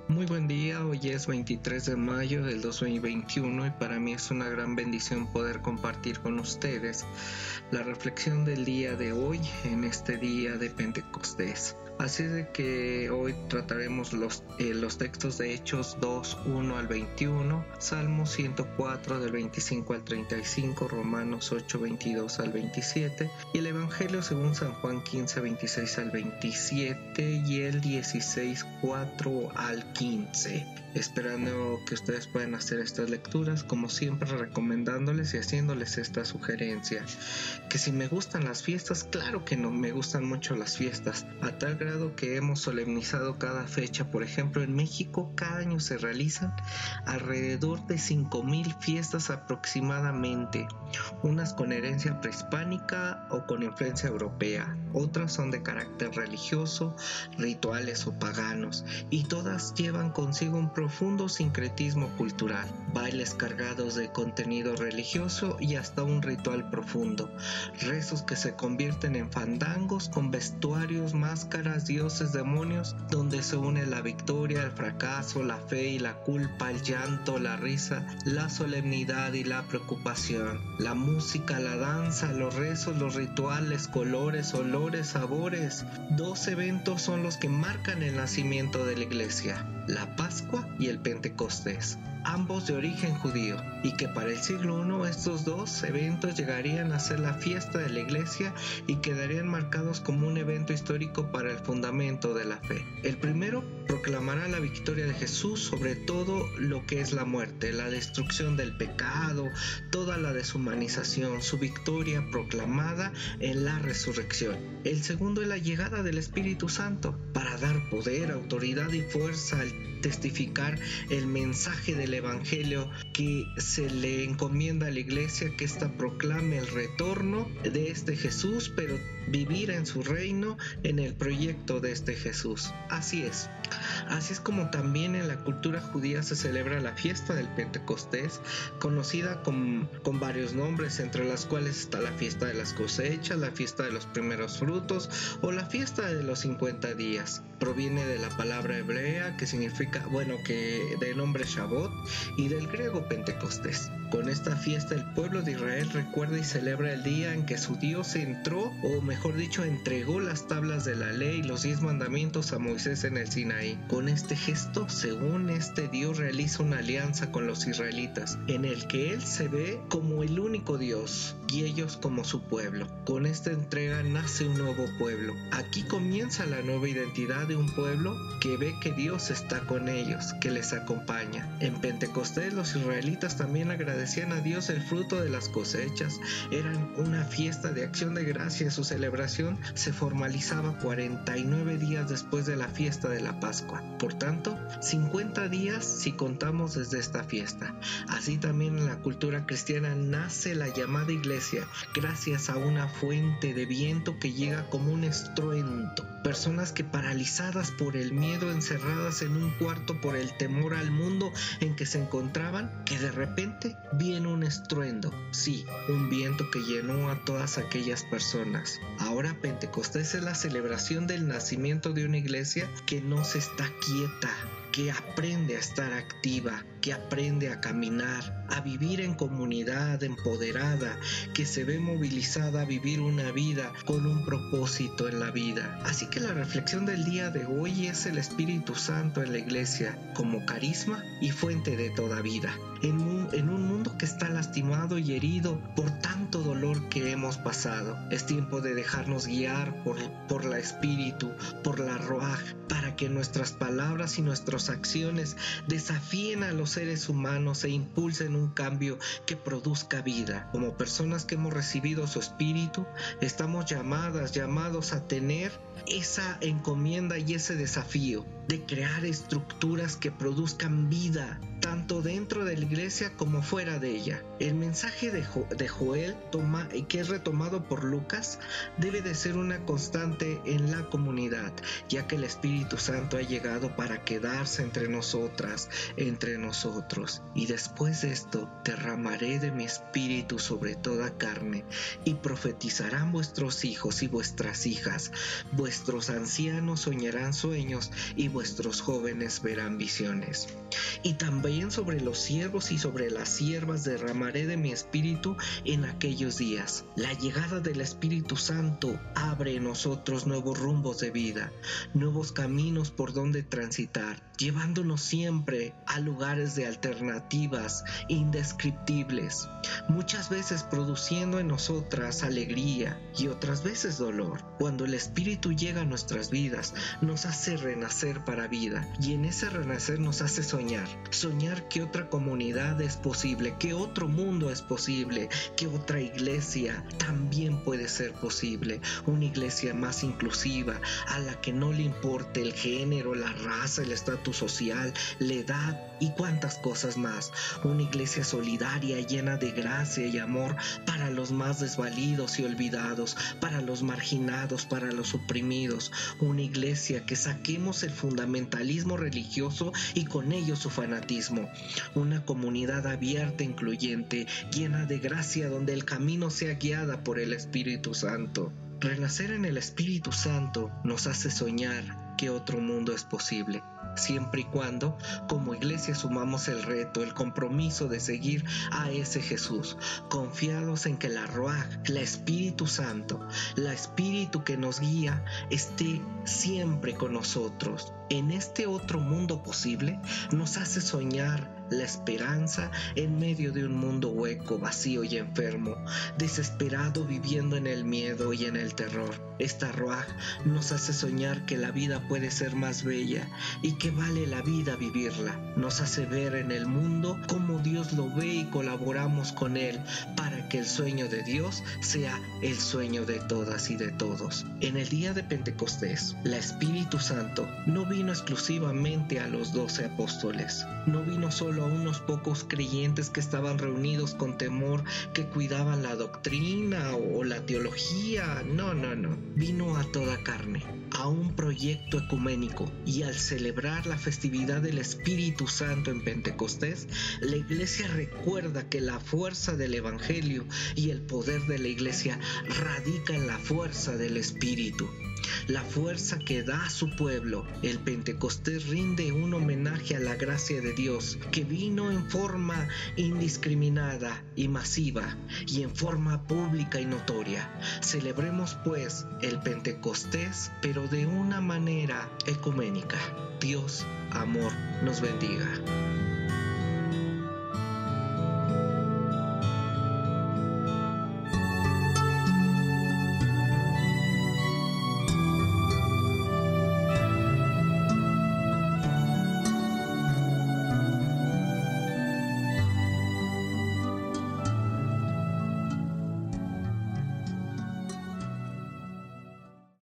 Muy buen día, hoy es 23 de mayo del 2021 y para mí es una gran bendición poder compartir con ustedes la reflexión del día de hoy en este día de Pentecostés. Así de que hoy trataremos los textos de Hechos 2, 1 al 21, Salmos 104 del 25 al 35, Romanos 8, 22 al 27 y el Evangelio según San Juan 15, 26 al 27 y el 16, 4 al 15. Esperando que ustedes puedan hacer estas lecturas, como siempre recomendándoles y haciéndoles esta sugerencia, que si me gustan las fiestas, claro que no, me gustan mucho las fiestas, a tal grado que hemos solemnizado cada fecha. Por ejemplo, en México cada año se realizan alrededor de 5,000 fiestas aproximadamente, unas con herencia prehispánica o con influencia europea, otras son de carácter religioso, rituales o paganos, y todas llevan consigo un profundo sincretismo cultural, bailes cargados de contenido religioso y hasta un ritual profundo, rezos que se convierten en fandangos con vestuarios, máscaras, dioses, demonios, donde se une la victoria, el fracaso, la fe y la culpa, el llanto, la risa, la solemnidad y la preocupación, la música, la danza, los rezos, los rituales, colores, olores, sabores. 2 eventos son los que marcan el nacimiento de la iglesia: la Pascua y el Pentecostés, ambos de origen judío, y que para el siglo I estos 2 eventos llegarían a ser la fiesta de la iglesia y quedarían marcados como un evento histórico para el fundamento de la fe. El primero proclamará la victoria de Jesús sobre todo lo que es la muerte, la destrucción del pecado, toda la deshumanización, su victoria proclamada en la resurrección. El segundo es la llegada del Espíritu Santo para dar poder, autoridad y fuerza al testificar el mensaje del Evangelio que se le encomienda a la iglesia, que ésta proclame el retorno de este Jesús, pero vivir en su reino en el proyecto de este Jesús. Así es como también en la cultura judía se celebra la fiesta del Pentecostés, conocida con varios nombres, entre las cuales está la fiesta de las cosechas, la fiesta de los primeros frutos o la fiesta de los 50 días. Proviene de la palabra hebrea que significa, que de nombre Shavuot, y del griego Pentecostés. Con esta fiesta el pueblo de Israel recuerda y celebra el día en que su Dios entró, o mejor dicho, entregó las tablas de la ley y los 10 mandamientos a Moisés en el Sinaí. Con este gesto, según Dios realiza una alianza con los israelitas, en el que Él se ve como el único Dios y ellos como su pueblo. Con esta entrega nace un nuevo pueblo. Aquí comienza la nueva identidad de un pueblo que ve que Dios está con ellos, que les acompaña. En Pentecostés los israelitas también agradecían a Dios el fruto de las cosechas. Eran una fiesta de acción de gracia. Su celebración se formalizaba 49 días después de la fiesta de la Pascua. Por tanto, 50 días si contamos desde esta fiesta. Así también en la cultura cristiana nace la llamada iglesia, gracias a una fuente de viento que llega como un estruendo. Personas que, paralizadas por el miedo, encerradas en un cuarto por el temor al mundo en que se encontraban, que de repente viene un estruendo. Sí, un viento que llenó a todas aquellas personas. Ahora Pentecostés es la celebración del nacimiento de una iglesia que no se está quieta, que aprende a estar activa, que aprende a caminar, a vivir en comunidad empoderada, que se ve movilizada a vivir una vida con un propósito en la vida. Así que la reflexión del día de hoy es el Espíritu Santo en la iglesia como carisma y fuente de toda vida. En un mundo que está lastimado y herido por tanto dolor que hemos pasado, es tiempo de dejarnos guiar por la Espíritu, por la Ruaj, para que nuestras palabras y nuestras acciones desafíen a los seres humanos e impulsen un cambio que produzca vida. Como personas que hemos recibido su Espíritu, estamos llamados a tener esa encomienda y ese desafío de crear estructuras que produzcan vida, tanto dentro de la iglesia como fuera de ella. El mensaje de Joel, que es retomado por Lucas, debe de ser una constante en la comunidad, ya que el Espíritu Santo ha llegado para quedarse entre nosotras, entre nosotros. Y después de esto, derramaré de mi Espíritu sobre toda carne, y profetizarán vuestros hijos y vuestras hijas, vuestros ancianos soñarán sueños, y vuestros jóvenes verán visiones. Y también sobre los siervos y sobre las siervas derramaré de mi espíritu en aquellos días. La llegada del Espíritu Santo abre en nosotros nuevos rumbos de vida, nuevos caminos por donde transitar, llevándonos siempre a lugares de alternativas indescriptibles, muchas veces produciendo en nosotras alegría y otras veces dolor. Cuando el Espíritu llega a nuestras vidas, nos hace renacer para vida, y en ese renacer nos hace soñar que otra comunidad es posible, que otro mundo es posible, que otra iglesia también puede ser posible, una iglesia más inclusiva, a la que no le importe el género, la raza, el estatus social, la edad y cuantas cosas más, una iglesia solidaria, llena de gracia y amor para los más desvalidos y olvidados, para los marginados, para los oprimidos, una iglesia que saquemos el fundamentalismo religioso y con ello su fanatismo, una comunidad abierta, incluyente, llena de gracia, donde el camino sea guiada por el Espíritu Santo. Renacer en el Espíritu Santo nos hace soñar que otro mundo es posible, siempre y cuando como iglesia asumamos el reto, el compromiso de seguir a ese Jesús, confiados en que la Ruaj, la Espíritu Santo, la Espíritu que nos guía, esté siempre con nosotros. En este otro mundo posible nos hace soñar la esperanza en medio de un mundo hueco, vacío y enfermo, desesperado, viviendo en el miedo y en el terror. Esta Ruaj nos hace soñar que la vida puede ser más bella y que vale la vida vivirla. Nos hace ver en el mundo cómo Dios lo ve y colaboramos con Él para que el sueño de Dios sea el sueño de todas y de todos. En el día de Pentecostés, la Espíritu Santo no vino exclusivamente a los 12 apóstoles, no vino solo a unos pocos creyentes que estaban reunidos con temor, que cuidaban la doctrina o la teología. No. Vino a toda carne, a un proyecto ecuménico, y al celebrar la festividad del Espíritu Santo en Pentecostés, la Iglesia recuerda que la fuerza del Evangelio y el poder de la Iglesia radica en la fuerza del Espíritu, la fuerza que da a su pueblo. El Pentecostés rinde un homenaje a la gracia de Dios, que vino en forma indiscriminada y masiva, y en forma pública y notoria. Celebremos pues el Pentecostés, pero de una manera ecuménica. Dios, amor, nos bendiga.